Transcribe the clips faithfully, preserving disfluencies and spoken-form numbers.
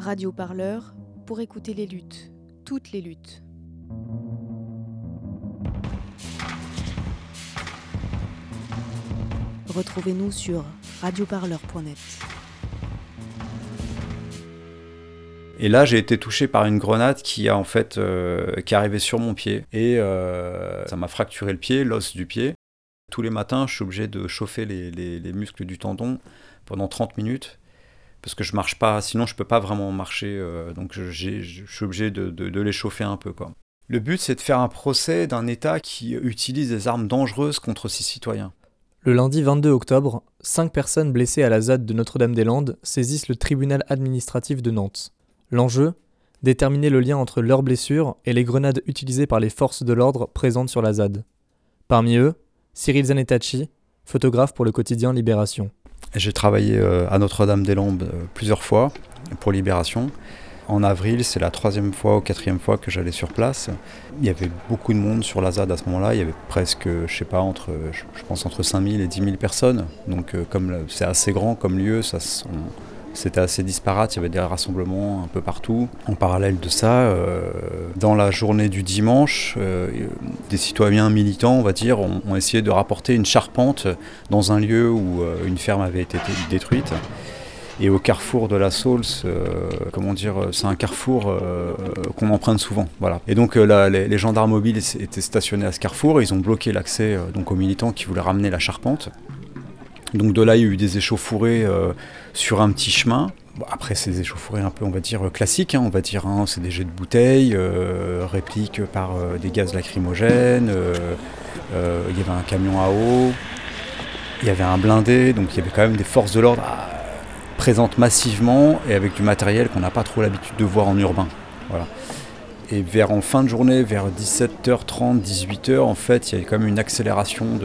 Radio Parleur, pour écouter les luttes, toutes les luttes. Retrouvez-nous sur radio parleur point net. Et là, j'ai été touché par une grenade qui a en fait euh, qui est arrivée sur mon pied et euh, ça m'a fracturé le pied, l'os du pied. Tous les matins, je suis obligé de chauffer les, les, les muscles du tendon pendant trente minutes parce que je marche pas, sinon je peux pas vraiment marcher. Euh, donc je, j'ai, je suis obligé de, de, de les chauffer un peu, quoi. Le but, c'est de faire un procès d'un État qui utilise des armes dangereuses contre ses citoyens. Le lundi vingt-deux octobre, cinq personnes blessées à la Z A D de Notre-Dame-des-Landes saisissent le tribunal administratif de Nantes. L'enjeu ? Déterminer le lien entre leurs blessures et les grenades utilisées par les forces de l'ordre présentes sur la Z A D. Parmi eux, Cyril Zanetacci, photographe pour le quotidien Libération. J'ai travaillé à Notre-Dame-des-Landes plusieurs fois pour Libération. En avril, c'est la troisième fois ou quatrième fois que j'allais sur place. Il y avait beaucoup de monde sur la Z A D à ce moment-là. Il y avait presque, je sais pas, entre, je pense entre cinq mille et dix mille personnes. Donc comme c'est assez grand comme lieu, ça, on, c'était assez disparate. Il y avait des rassemblements un peu partout. En parallèle de ça, euh, dans la journée du dimanche, euh, des citoyens militants, on va dire, ont, ont essayé de rapporter une charpente dans un lieu où euh, une ferme avait été détruite. Et au carrefour de la Saulce, euh, comment dire, c'est un carrefour euh, qu'on emprunte souvent. Voilà. Et donc euh, là, les, les gendarmes mobiles étaient stationnés à ce carrefour, et ils ont bloqué l'accès euh, donc aux militants qui voulaient ramener la charpente. Donc de là, il y a eu des échauffourées euh, sur un petit chemin. Bon, après, c'est des échauffourées un peu, on va dire, classiques. Hein, on va dire, hein, c'est des jets de bouteilles, euh, répliques par euh, des gaz lacrymogènes. Euh, euh, il y avait un camion à eau, il y avait un blindé, donc il y avait quand même des forces de l'ordre à, présentes massivement et avec du matériel qu'on n'a pas trop l'habitude de voir en urbain. Voilà. Et vers en fin de journée, vers dix-sept heures trente, dix-huit heures, en fait, il y a quand même une accélération de,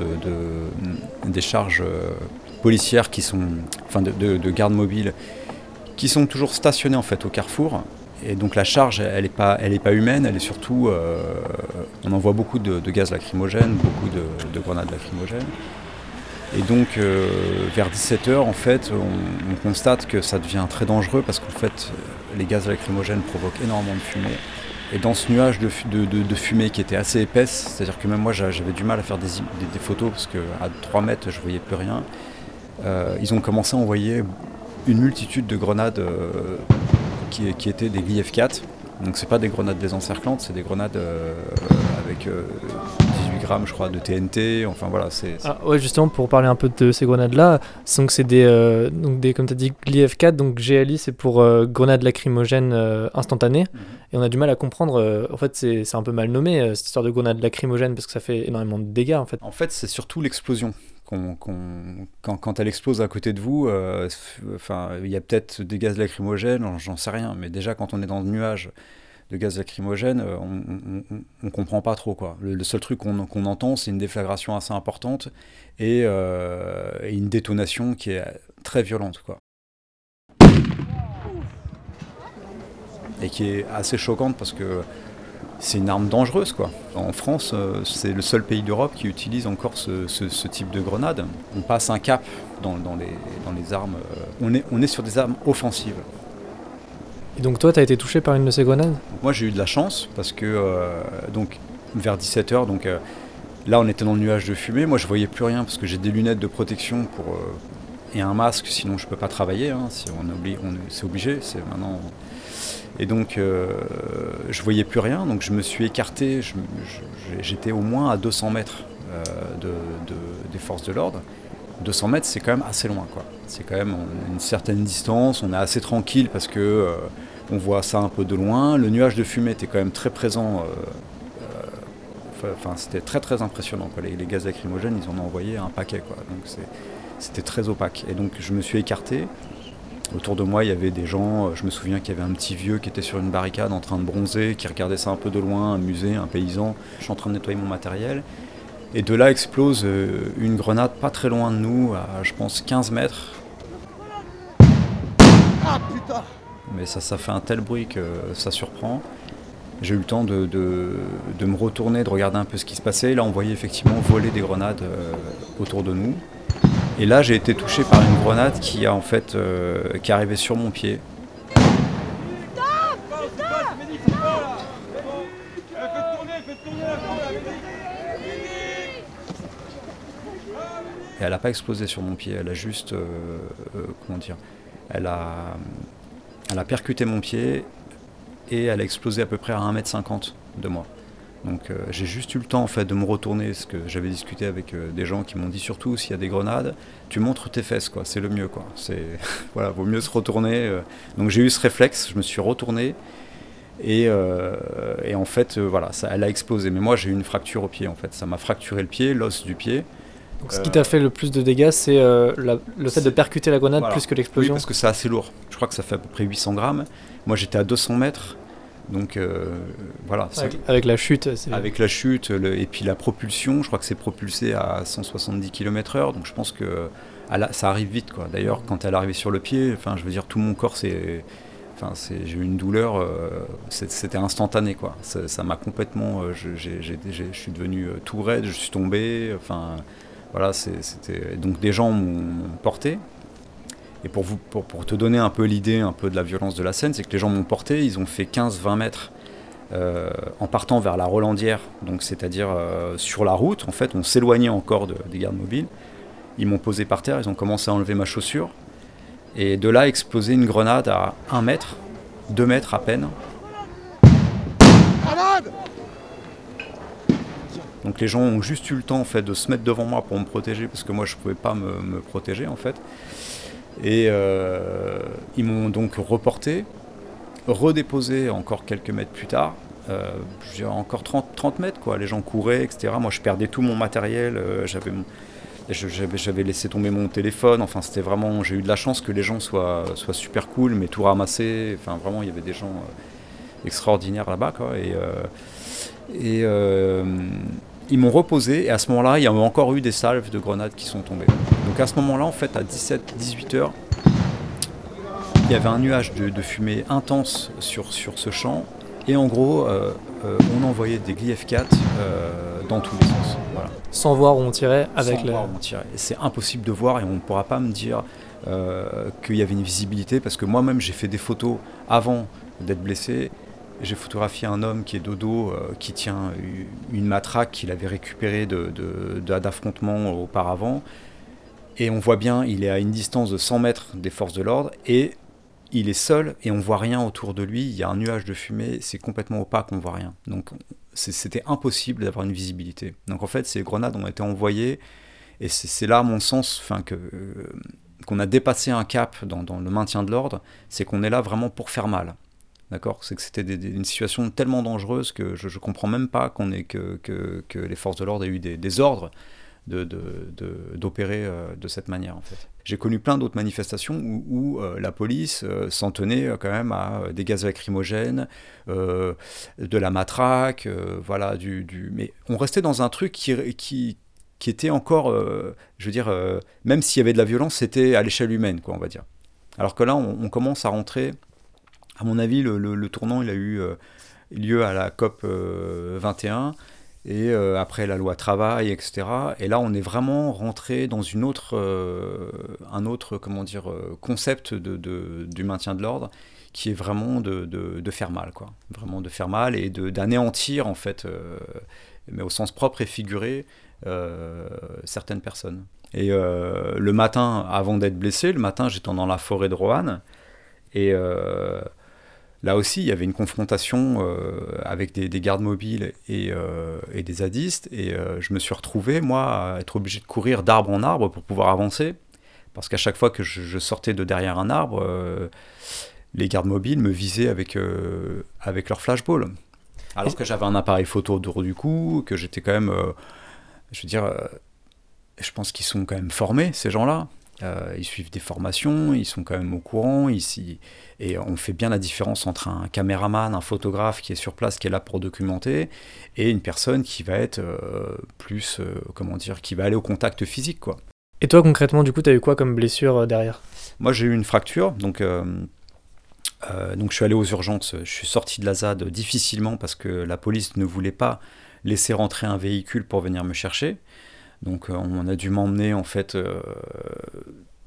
de, des charges euh, policières qui sont, enfin de, de, de gardes mobiles, qui sont toujours stationnées en fait au carrefour. Et donc la charge, elle n'est pas, elle est pas humaine, elle est surtout, euh, on envoie beaucoup de, de gaz lacrymogène, beaucoup de, de grenades lacrymogènes. Et donc euh, vers dix-sept heures, en fait, on, on constate que ça devient très dangereux parce qu'en fait, les gaz lacrymogènes provoquent énormément de fumée. Et dans ce nuage de, de, de, de fumée qui était assez épaisse, c'est-à-dire que même moi j'avais du mal à faire des, des, des photos parce qu'à trois mètres je ne voyais plus rien, euh, ils ont commencé à envoyer une multitude de grenades euh, qui, qui étaient des G L I F quatre. Donc c'est pas des grenades désencerclantes, c'est des grenades euh, avec euh, dix-huit grammes je crois de T N T, enfin voilà. C'est, c'est... Ah, ouais, justement pour parler un peu de ces grenades-là, donc c'est des, euh, donc des comme tu as dit, G L I F quatre, donc G L I c'est pour euh, grenades lacrymogènes euh, instantanées, mm-hmm. Et on a du mal à comprendre, euh, en fait c'est, c'est un peu mal nommé euh, cette histoire de grenade lacrymogène parce que ça fait énormément de dégâts en fait. En fait c'est surtout l'explosion. Qu'on, qu'on, quand, quand elle explose à côté de vous, euh, enfin, il y a peut-être des gaz lacrymogènes, j'en sais rien, mais déjà quand on est dans le nuage de gaz lacrymogène, on ne comprend pas trop, quoi. Le, le seul truc qu'on, qu'on entend, c'est une déflagration assez importante et, euh, et une détonation qui est très violente, quoi. Et qui est assez choquante parce que c'est une arme dangereuse, quoi. En France, c'est le seul pays d'Europe qui utilise encore ce, ce, ce type de grenade. On passe un cap dans, dans, les, dans les armes. On est, on est sur des armes offensives. Et donc toi, tu as été touché par une de ces grenades ? Moi, j'ai eu de la chance parce que euh, donc, vers dix-sept heures, donc, euh, là, on était dans le nuage de fumée. Moi, je voyais plus rien parce que j'ai des lunettes de protection pour, euh, et un masque, sinon je peux pas travailler. Hein, si on oublie, on, c'est obligé. C'est maintenant... Et donc, euh, je voyais plus rien, donc je me suis écarté, je, je, j'étais au moins à deux cents mètres euh, de, de, des forces de l'ordre. deux cents mètres, c'est quand même assez loin, quoi. C'est quand même une certaine distance, on est assez tranquille parce que euh, on voit ça un peu de loin. Le nuage de fumée était quand même très présent, euh, enfin, c'était très très impressionnant, quoi. Les, les gaz lacrymogènes, ils en ont envoyé un paquet, quoi. Donc c'est, c'était très opaque. Et donc je me suis écarté. Autour de moi, il y avait des gens, je me souviens qu'il y avait un petit vieux qui était sur une barricade en train de bronzer, qui regardait ça un peu de loin, amusé, un paysan. Je suis en train de nettoyer mon matériel. Et de là explose une grenade pas très loin de nous, à je pense quinze mètres. Ah putain! Mais ça, ça fait un tel bruit que ça surprend. J'ai eu le temps de, de, de me retourner, de regarder un peu ce qui se passait. Là, on voyait effectivement voler des grenades euh, autour de nous. Et là, j'ai été touché par une grenade qui a en fait, euh, qui est arrivée sur mon pied. Et elle n'a pas explosé sur mon pied, elle a juste, euh, euh, comment dire, elle a, elle a percuté mon pied et elle a explosé à peu près à un mètre cinquante de moi. Donc euh, j'ai juste eu le temps en fait de me retourner, parce que j'avais discuté avec euh, des gens qui m'ont dit surtout s'il y a des grenades, tu montres tes fesses quoi, c'est le mieux quoi. C'est voilà, vaut mieux se retourner. Euh. Donc j'ai eu ce réflexe, je me suis retourné et, euh, et en fait euh, voilà, ça, elle a explosé. Mais moi j'ai eu une fracture au pied en fait, ça m'a fracturé le pied, l'os du pied. Donc ce qui t'a fait le plus de dégâts, c'est euh, la, le fait de percuter la grenade voilà. plus que l'explosion. Oui, parce que c'est assez lourd. Je crois que ça fait à peu près huit cents grammes. Moi j'étais à deux cents mètres. Donc euh, voilà. Avec, avec la chute. C'est... Avec la chute le, et puis la propulsion, je crois que c'est propulsé à cent soixante-dix kilomètres heure. Donc je pense que la, ça arrive vite quoi. D'ailleurs quand elle est arrivée sur le pied, enfin je veux dire tout mon corps c'est. Enfin, c'est, j'ai eu une douleur, euh, c'est, c'était instantané quoi. Ça, ça m'a complètement. Euh, je, j'ai, j'ai, j'ai, je suis devenu euh, tout raide, je suis tombé. Enfin, voilà, c'est, c'était. Donc des gens m'ont, m'ont porté. Et pour, vous, pour, pour te donner un peu l'idée un peu de la violence de la scène, c'est que les gens m'ont porté, ils ont fait quinze vingt mètres euh, en partant vers la Rolandière, donc c'est-à-dire euh, sur la route. En fait, on s'éloignait encore de, des gardes mobiles. Ils m'ont posé par terre, ils ont commencé à enlever ma chaussure. Et de là, exploser une grenade à un mètre, deux mètres à peine. Donc les gens ont juste eu le temps en fait, de se mettre devant moi pour me protéger, parce que moi je ne pouvais pas me, me protéger en fait. Et euh, ils m'ont donc reporté, redéposé encore quelques mètres plus tard, euh, je dirais encore trente, trente mètres quoi. Les gens couraient, et cetera. Moi je perdais tout mon matériel, euh, j'avais, j'avais, j'avais laissé tomber mon téléphone, enfin c'était vraiment, j'ai eu de la chance que les gens soient, soient super cool, mais tout ramassé, enfin vraiment il y avait des gens euh, extraordinaires là-bas quoi. Et, euh, et euh, ils m'ont reposé, et à ce moment-là il y a encore eu des salves de grenades qui sont tombées. Donc à ce moment-là, en fait, à dix-sept dix-huit heures, il y avait un nuage de, de fumée intense sur, sur ce champ. Et en gros, euh, euh, on envoyait des Glyph quatre euh, dans tous les sens. Voilà. Sans voir où on tirait avec Sans la... voir où on tirait. Et c'est impossible de voir, et on ne pourra pas me dire euh, qu'il y avait une visibilité, parce que moi-même, j'ai fait des photos avant d'être blessé. J'ai photographié un homme qui est de dos, euh, qui tient une matraque qu'il avait récupérée de, de, de, d'affrontements auparavant. Et on voit bien, il est à une distance de cent mètres des forces de l'ordre, et il est seul, et on voit rien autour de lui. Il y a un nuage de fumée, c'est complètement opaque, on voit rien. Donc c'est, c'était impossible d'avoir une visibilité. Donc en fait, ces grenades ont été envoyées, et c'est, c'est là, à mon sens, enfin, que, euh, qu'on a dépassé un cap dans, dans le maintien de l'ordre, c'est qu'on est là vraiment pour faire mal. D'accord ? C'est que c'était des, des, une situation tellement dangereuse que je ne comprends même pas qu'on ait, que, que, que les forces de l'ordre aient eu des, des ordres De, de, de, d'opérer euh, de cette manière en fait. J'ai connu plein d'autres manifestations où, où euh, la police euh, s'en tenait euh, quand même à euh, des gaz lacrymogènes, euh, de la matraque, euh, voilà, du, du... mais on restait dans un truc qui, qui, qui était encore, euh, je veux dire, euh, même s'il y avait de la violence, c'était à l'échelle humaine, quoi, on va dire. Alors que là, on, on commence à rentrer, à mon avis, le, le, le tournant, il a eu euh, lieu à la COP euh, vingt et un, et euh, après la loi travail, et cetera. Et là, on est vraiment rentré dans une autre, euh, un autre, comment dire, euh, concept de, de, du maintien de l'ordre, qui est vraiment de, de, de faire mal, quoi. Vraiment de faire mal et de, d'anéantir, en fait, euh, mais au sens propre et figuré, euh, certaines personnes. Et euh, le matin, avant d'être blessé, le matin, j'étais dans la forêt de Roanne, et... Euh, là aussi, il y avait une confrontation euh, avec des, des gardes mobiles et, euh, et des zadistes, et euh, je me suis retrouvé, moi, à être obligé de courir d'arbre en arbre pour pouvoir avancer, parce qu'à chaque fois que je, je sortais de derrière un arbre, euh, les gardes mobiles me visaient avec, euh, avec leur flashball. Alors que j'avais un appareil photo autour du cou, que j'étais quand même... Euh, je veux dire, euh, je pense qu'ils sont quand même formés, ces gens-là. Euh, ils suivent des formations, ils sont quand même au courant, ils, et on fait bien la différence entre un caméraman, un photographe qui est sur place, qui est là pour documenter, et une personne qui va être euh, plus, euh, comment dire, qui va aller au contact physique, quoi. Et toi, concrètement, du coup, t'as eu quoi comme blessure euh, derrière ? Moi, j'ai eu une fracture, donc, euh, euh, donc je suis allé aux urgences, je suis sorti de la ZAD difficilement parce que la police ne voulait pas laisser rentrer un véhicule pour venir me chercher. Donc euh, on a dû m'emmener en fait, euh,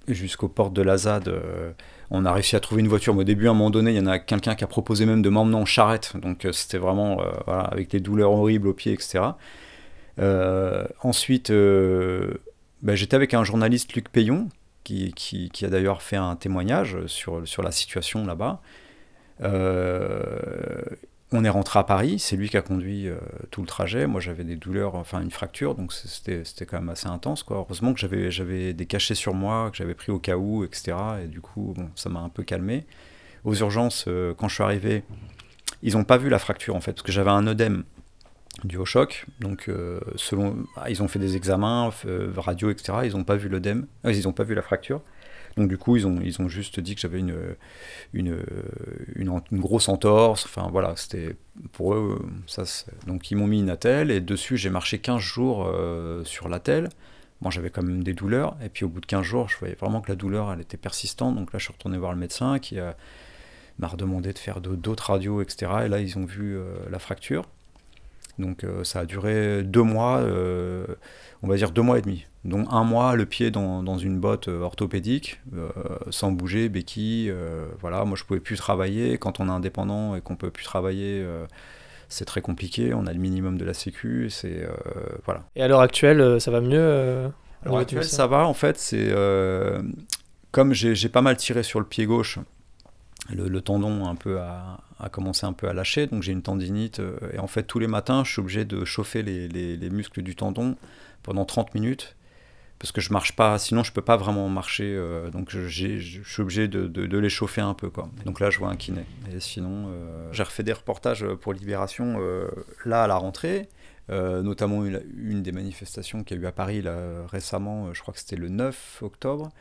jusqu'aux portes de la ZAD. Euh, on a réussi à trouver une voiture. Mais au début, à un moment donné, il y en a quelqu'un qui a proposé même de m'emmener en charrette. Donc euh, c'était vraiment euh, voilà, avec des douleurs horribles aux pieds, et cetera. Euh, ensuite, euh, bah, j'étais avec un journaliste, Luc Payon, qui, qui, qui a d'ailleurs fait un témoignage sur, sur la situation là-bas. Euh, on est rentré à Paris, c'est lui qui a conduit euh, tout le trajet. Moi, j'avais des douleurs, enfin une fracture, donc c'était, c'était quand même assez intense, quoi. Heureusement que j'avais, j'avais des cachets sur moi, que j'avais pris au cas où, et cetera. Et du coup, bon, ça m'a un peu calmé. Aux urgences, euh, quand je suis arrivé, ils n'ont pas vu la fracture, en fait, parce que j'avais un œdème dû au choc. Donc, euh, selon, ah, ils ont fait des examens, euh, radio, et cetera. Ils n'ont pas vu l'œdème, euh, ils n'ont pas vu la fracture. Donc du coup, ils ont, ils ont juste dit que j'avais une, une, une, une grosse entorse. Enfin voilà, c'était pour eux, ça, c'est... donc ils m'ont mis une attelle et dessus j'ai marché quinze jours euh, sur l'attelle. Bon, j'avais quand même des douleurs et puis au bout de quinze jours, je voyais vraiment que la douleur, elle était persistante. Donc là, je suis retourné voir le médecin qui a, m'a redemandé de faire de, d'autres radios, et cetera. Et là, ils ont vu euh, la fracture. Donc euh, ça a duré deux mois, euh, on va dire deux mois et demi. Donc un mois, le pied dans, dans une botte euh, orthopédique, euh, sans bouger, béquille. Euh, voilà, moi je pouvais plus travailler. Quand on est indépendant et qu'on peut plus travailler, euh, c'est très compliqué. On a le minimum de la sécu. C'est, euh, voilà. Et à l'heure actuelle, ça va mieux euh, À l'heure actuelle, ça va. En fait, c'est euh, comme j'ai, j'ai pas mal tiré sur le pied gauche. Le, le tendon un peu a, a commencé un peu à lâcher, donc j'ai une tendinite. Euh, et en fait, tous les matins, je suis obligé de chauffer les, les, les muscles du tendon pendant trente minutes, parce que je marche pas, sinon je peux pas vraiment marcher. Euh, donc je, j'ai, je suis obligé de, de, de les chauffer un peu, quoi. Donc là, je vois un kiné. Et sinon, euh, j'ai refait des reportages pour Libération euh, là à la rentrée. Euh, notamment une, une des manifestations qu'il y a eu à Paris là, récemment, je crois que c'était le neuf octobre.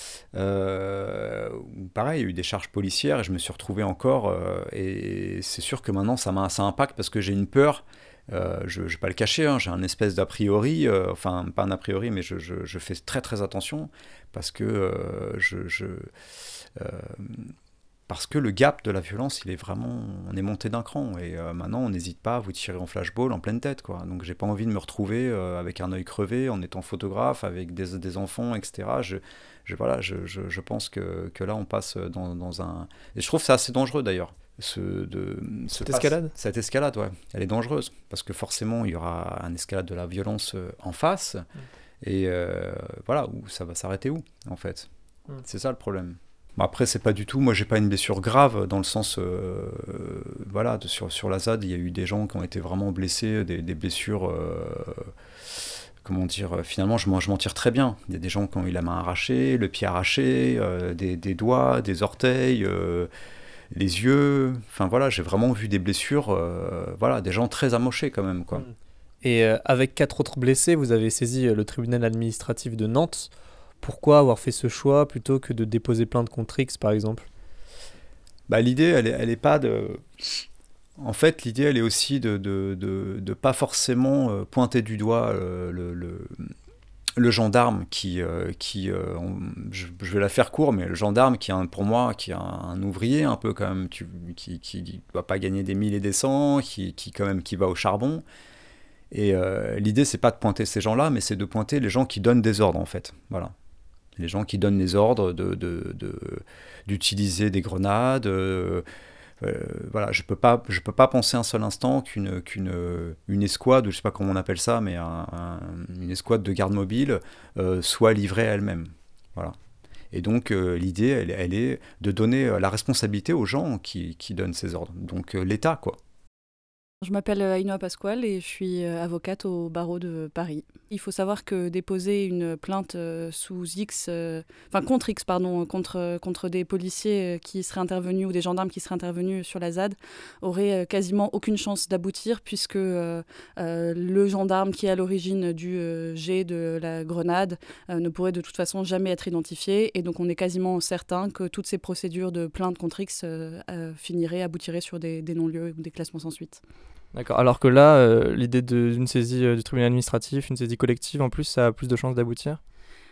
Euh, pareil, il y a eu des charges policières et je me suis retrouvé encore. Euh, et c'est sûr que maintenant, ça m'a ça impacte parce que j'ai une peur. Euh, je ne vais pas le cacher, hein, j'ai un espèce d'a priori, euh, enfin, pas un a priori, mais je, je, je fais très très attention parce que euh, je. je euh, parce que le gap de la violence, il est vraiment, on est monté d'un cran et euh, maintenant on n'hésite pas à vous tirer en flashball en pleine tête, quoi. Donc j'ai pas envie de me retrouver euh, avec un œil crevé en étant photographe avec des, des enfants, et cetera. Je, je voilà, je, je, je pense que, que là on passe dans, dans un, et je trouve que c'est assez dangereux d'ailleurs. Ce, de, ce cette passe, escalade cette escalade, ouais, elle est dangereuse parce que forcément il y aura un escalade de la violence en face mmh. et euh, voilà où ça va s'arrêter où en fait. Mmh. C'est ça le problème. Bon, après, c'est pas du tout. Moi, j'ai pas une blessure grave dans le sens, euh, euh, voilà, de, sur sur la ZAD, il y a eu des gens qui ont été vraiment blessés, des, des blessures. Euh, comment dire, finalement, je m'en, je m'en tire très bien. Il y a des gens qui ont eu la main arrachée, le pied arraché, euh, des, des doigts, des orteils, euh, les yeux. Enfin voilà, j'ai vraiment vu des blessures, euh, voilà, des gens très amochés quand même, quoi. Et euh, avec quatre autres blessés, vous avez saisi le tribunal administratif de Nantes. Pourquoi avoir fait ce choix plutôt que de déposer plainte contre X, par exemple ? Bah, l'idée, elle est, elle est pas de... En fait, l'idée, elle est aussi de de, de, de pas forcément euh, pointer du doigt euh, le, le, le gendarme qui... Euh, qui euh, on, je, je vais la faire court, mais le gendarme qui, est pour moi, qui est un, un ouvrier un peu quand même, tu, qui qui ne va pas gagner des mille et des cents, qui, qui quand même qui va au charbon. Et euh, l'idée, c'est pas de pointer ces gens-là, mais c'est de pointer les gens qui donnent des ordres, en fait. Voilà. Les gens qui donnent les ordres de, de, de, d'utiliser des grenades. Euh, euh, voilà, je ne peux pas, je peux pas penser un seul instant qu'une, qu'une une escouade, je ne sais pas comment on appelle ça, mais un, un, une escouade de garde mobile euh, soit livrée à elle-même. Voilà. Et donc euh, l'idée, elle, elle est de donner la responsabilité aux gens qui, qui donnent ces ordres. Donc euh, l'État, quoi. Je m'appelle Ainhoa Pasquale et je suis avocate au barreau de Paris. Il faut savoir que déposer une plainte sous X, euh, enfin contre X, pardon, contre, contre des policiers qui seraient intervenus ou des gendarmes qui seraient intervenus sur la ZAD aurait quasiment aucune chance d'aboutir puisque euh, euh, le gendarme qui est à l'origine du euh, jet de la grenade euh, ne pourrait de toute façon jamais être identifié et donc on est quasiment certain que toutes ces procédures de plainte contre X euh, euh, finiraient, aboutiraient sur des, des non-lieux ou des classements sans suite. D'accord, alors que là, euh, l'idée de, d'une saisie euh, du tribunal administratif, une saisie collective, en plus, ça a plus de chances d'aboutir ?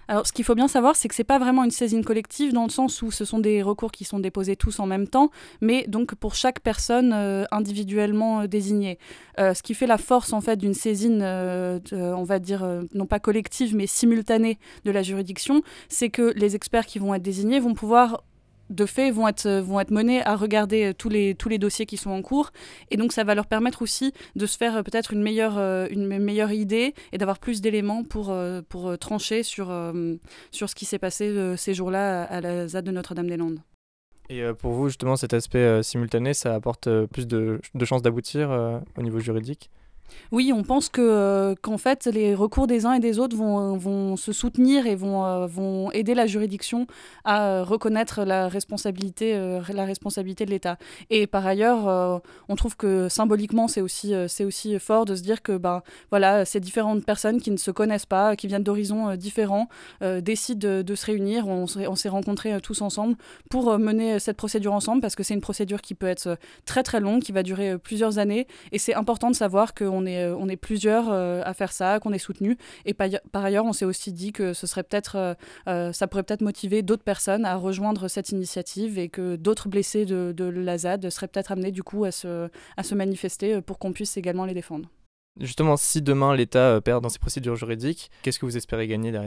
Alors, ce qu'il faut bien savoir, c'est que c'est pas vraiment une saisine collective dans le sens où ce sont des recours qui sont déposés tous en même temps, mais donc pour chaque personne euh, individuellement euh, désignée. Euh, ce qui fait la force en fait d'une saisine, euh, de, on va dire euh, non pas collective mais simultanée de la juridiction, c'est que les experts qui vont être désignés vont pouvoir de fait, vont être, vont être menés à regarder tous les, tous les dossiers qui sont en cours. Et donc, ça va leur permettre aussi de se faire peut-être une meilleure, une meilleure idée et d'avoir plus d'éléments pour, pour trancher sur, sur ce qui s'est passé ces jours-là à la ZAD de Notre-Dame-des-Landes. Et pour vous, justement, cet aspect simultané, ça apporte plus de, de chances d'aboutir au niveau juridique ? Oui, on pense que, euh, qu'en fait, les recours des uns et des autres vont, vont se soutenir et vont, euh, vont aider la juridiction à euh, reconnaître la responsabilité, euh, la responsabilité de l'État. Et par ailleurs, euh, on trouve que symboliquement, c'est aussi, euh, c'est aussi fort de se dire que ben, voilà, ces différentes personnes qui ne se connaissent pas, qui viennent d'horizons euh, différents, euh, décident de, de se réunir. On, on s'est rencontrés euh, tous ensemble pour euh, mener cette procédure ensemble parce que c'est une procédure qui peut être très très longue, qui va durer euh, plusieurs années. Et c'est important de savoir qu'on est, on est plusieurs euh, à faire ça, qu'on est soutenus. Et par, par ailleurs, on s'est aussi dit que ce serait peut-être, euh, euh, ça pourrait peut-être motiver d'autres personnes à rejoindre cette initiative et que d'autres blessés de, de la ZAD seraient peut-être amenés du coup à se, à se manifester pour qu'on puisse également les défendre. Justement, si demain l'État perd dans ses procédures juridiques, qu'est-ce que vous espérez gagner derrière ?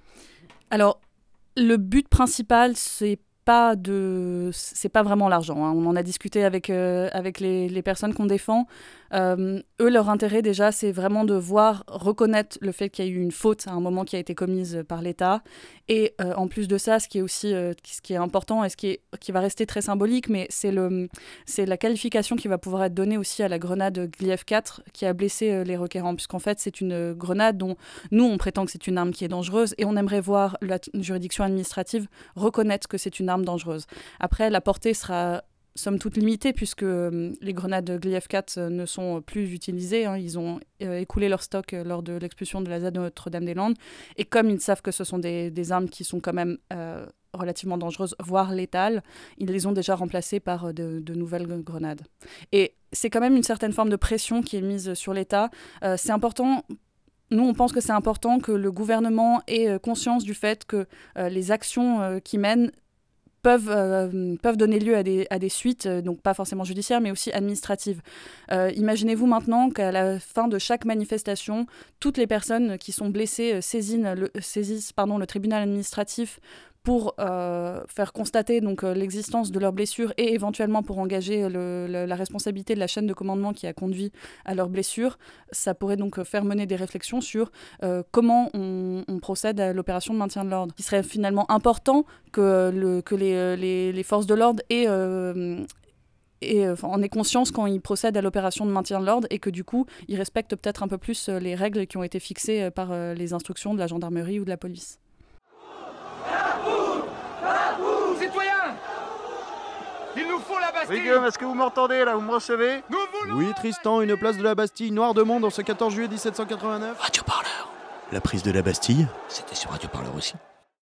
Alors, le but principal, c'est pas de, c'est pas vraiment l'argent. Hein. On en a discuté avec euh, avec les, les personnes qu'on défend. Euh, eux, leur intérêt déjà, c'est vraiment de voir reconnaître le fait qu'il y a eu une faute à un moment qui a été commise par l'État. Et euh, en plus de ça, ce qui est aussi euh, ce qui est important et ce qui est qui va rester très symbolique, mais c'est le c'est la qualification qui va pouvoir être donnée aussi à la grenade Gliev quatre qui a blessé euh, les requérants, puisqu'en fait c'est une grenade dont nous on prétend que c'est une arme qui est dangereuse et on aimerait voir la t- juridiction administrative reconnaître que c'est une arme dangereuse. Après, la portée sera somme toute limitée puisque euh, les grenades Gliev quatre euh, ne sont plus utilisées. Hein. Ils ont euh, écoulé leur stock euh, lors de l'expulsion de la ZAD de Notre-Dame-des-Landes. Et comme ils savent que ce sont des, des armes qui sont quand même euh, relativement dangereuses, voire létales, ils les ont déjà remplacées par euh, de, de nouvelles grenades. Et c'est quand même une certaine forme de pression qui est mise sur l'État. Euh, c'est important... Nous, on pense que c'est important que le gouvernement ait euh, conscience du fait que euh, les actions euh, qu'il mène peuvent, euh, peuvent donner lieu à des, à des suites, euh, donc pas forcément judiciaires, mais aussi administratives. Euh, imaginez-vous maintenant qu'à la fin de chaque manifestation, toutes les personnes qui sont blessées euh, saisissent, le, saisissent pardon, le tribunal administratif pour euh, faire constater donc, euh, l'existence de leurs blessures et éventuellement pour engager le, le, la responsabilité de la chaîne de commandement qui a conduit à leurs blessures. Ça pourrait donc faire mener des réflexions sur euh, comment on, on procède à l'opération de maintien de l'ordre. Il serait finalement important que, le, que les, les, les forces de l'ordre aient... Euh, et enfin, on est conscience quand ils procèdent à l'opération de maintien de l'ordre et que du coup, ils respectent peut-être un peu plus les règles qui ont été fixées par les instructions de la gendarmerie ou de la police. Citoyens, il nous faut la Bastille. Oui Guillaume, est-ce que vous m'entendez là, vous me recevez? Nous voulons... Oui Tristan, une place de la Bastille, Noir de Monde en ce quatorze juillet dix-sept cent quatre-vingt-neuf. Radio Parleur. La prise de la Bastille. C'était sur Radio Parleur aussi.